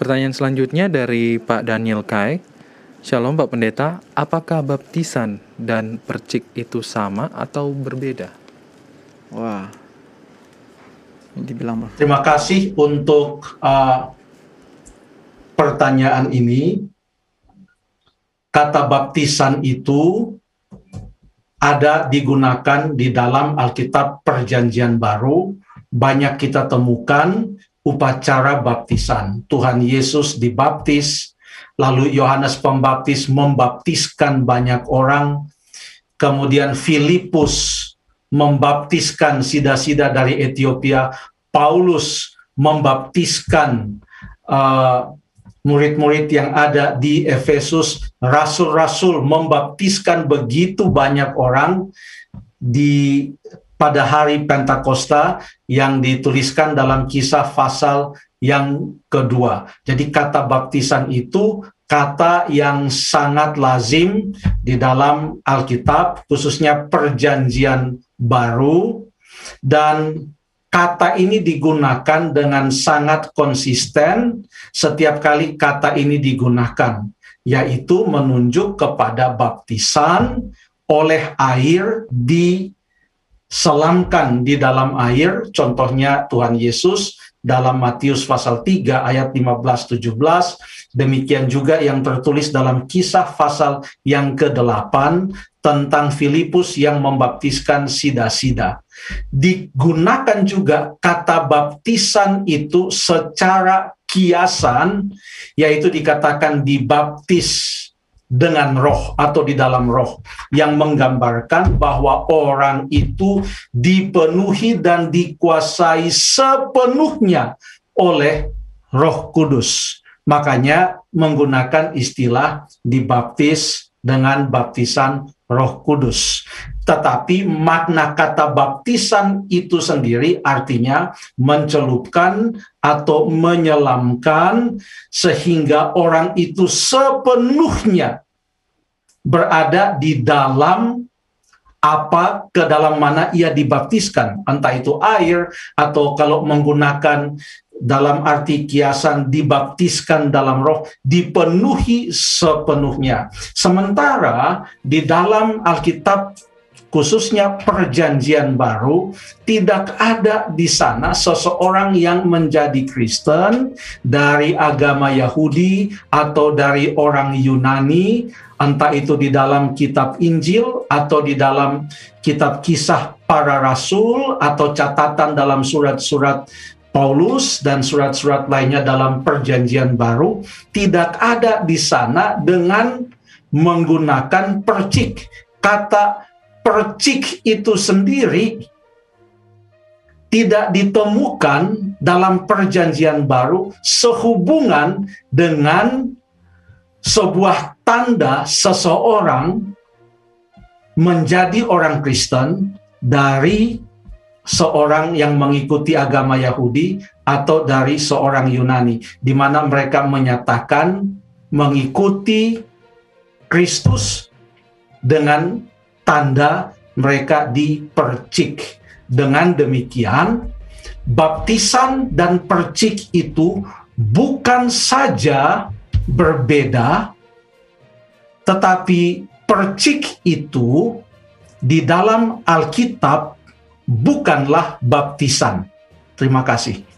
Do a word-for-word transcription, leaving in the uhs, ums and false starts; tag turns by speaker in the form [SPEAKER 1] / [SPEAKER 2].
[SPEAKER 1] Pertanyaan selanjutnya dari Pak Daniel Kai. Shalom Pak Pendeta, apakah baptisan dan percik itu sama atau berbeda?
[SPEAKER 2] Wah, ini dibilang
[SPEAKER 3] Terima kasih untuk uh, pertanyaan ini. Kata baptisan itu ada digunakan di dalam Alkitab Perjanjian Baru. Banyak kita temukan upacara baptisan. Tuhan Yesus dibaptis, lalu Yohanes Pembaptis membaptiskan banyak orang, kemudian Filipus membaptiskan sida-sida dari Ethiopia, Paulus membaptiskan uh, murid-murid yang ada di Efesus, rasul-rasul membaptiskan begitu banyak orang di pada hari Pentakosta yang dituliskan dalam Kisah pasal yang kedua. Jadi kata baptisan itu kata yang sangat lazim di dalam Alkitab, khususnya Perjanjian Baru, dan kata ini digunakan dengan sangat konsisten setiap kali kata ini digunakan, yaitu menunjuk kepada baptisan oleh air, diselamkan di dalam air. Contohnya Tuhan Yesus dalam Matius pasal tiga ayat lima belas tujuh belas, demikian juga yang tertulis dalam Kisah pasal yang kedelapan tentang Filipus yang membaptiskan sida-sida. Digunakan juga kata baptisan itu secara kiasan, yaitu dikatakan dibaptis dengan roh atau di dalam roh, yang menggambarkan bahwa orang itu dipenuhi dan dikuasai sepenuhnya oleh Roh Kudus. Makanya menggunakan istilah dibaptis dengan baptisan Roh Kudus. Tetapi makna kata baptisan itu sendiri artinya mencelupkan atau menyelamkan, sehingga orang itu sepenuhnya berada di dalam apa, ke dalam mana ia dibaptiskan, entah itu air atau kalau menggunakan dalam arti kiasan dibaptiskan dalam roh, dipenuhi sepenuhnya. Sementara di dalam Alkitab, khususnya Perjanjian Baru, tidak ada di sana seseorang yang menjadi Kristen dari agama Yahudi atau dari orang Yunani, entah itu di dalam kitab Injil atau di dalam kitab Kisah Para Rasul atau catatan dalam surat-surat Paulus dan surat-surat lainnya dalam Perjanjian Baru, tidak ada di sana dengan menggunakan percik. Kata percik itu sendiri tidak ditemukan dalam Perjanjian Baru sehubungan dengan sebuah tanda seseorang menjadi orang Kristen dari seorang yang mengikuti agama Yahudi atau dari seorang Yunani, di mana mereka menyatakan mengikuti Kristus dengan tanda mereka dipercik. Dengan demikian, baptisan dan percik itu bukan saja berbeda, tetapi percik itu di dalam Alkitab bukanlah baptisan. Terima kasih.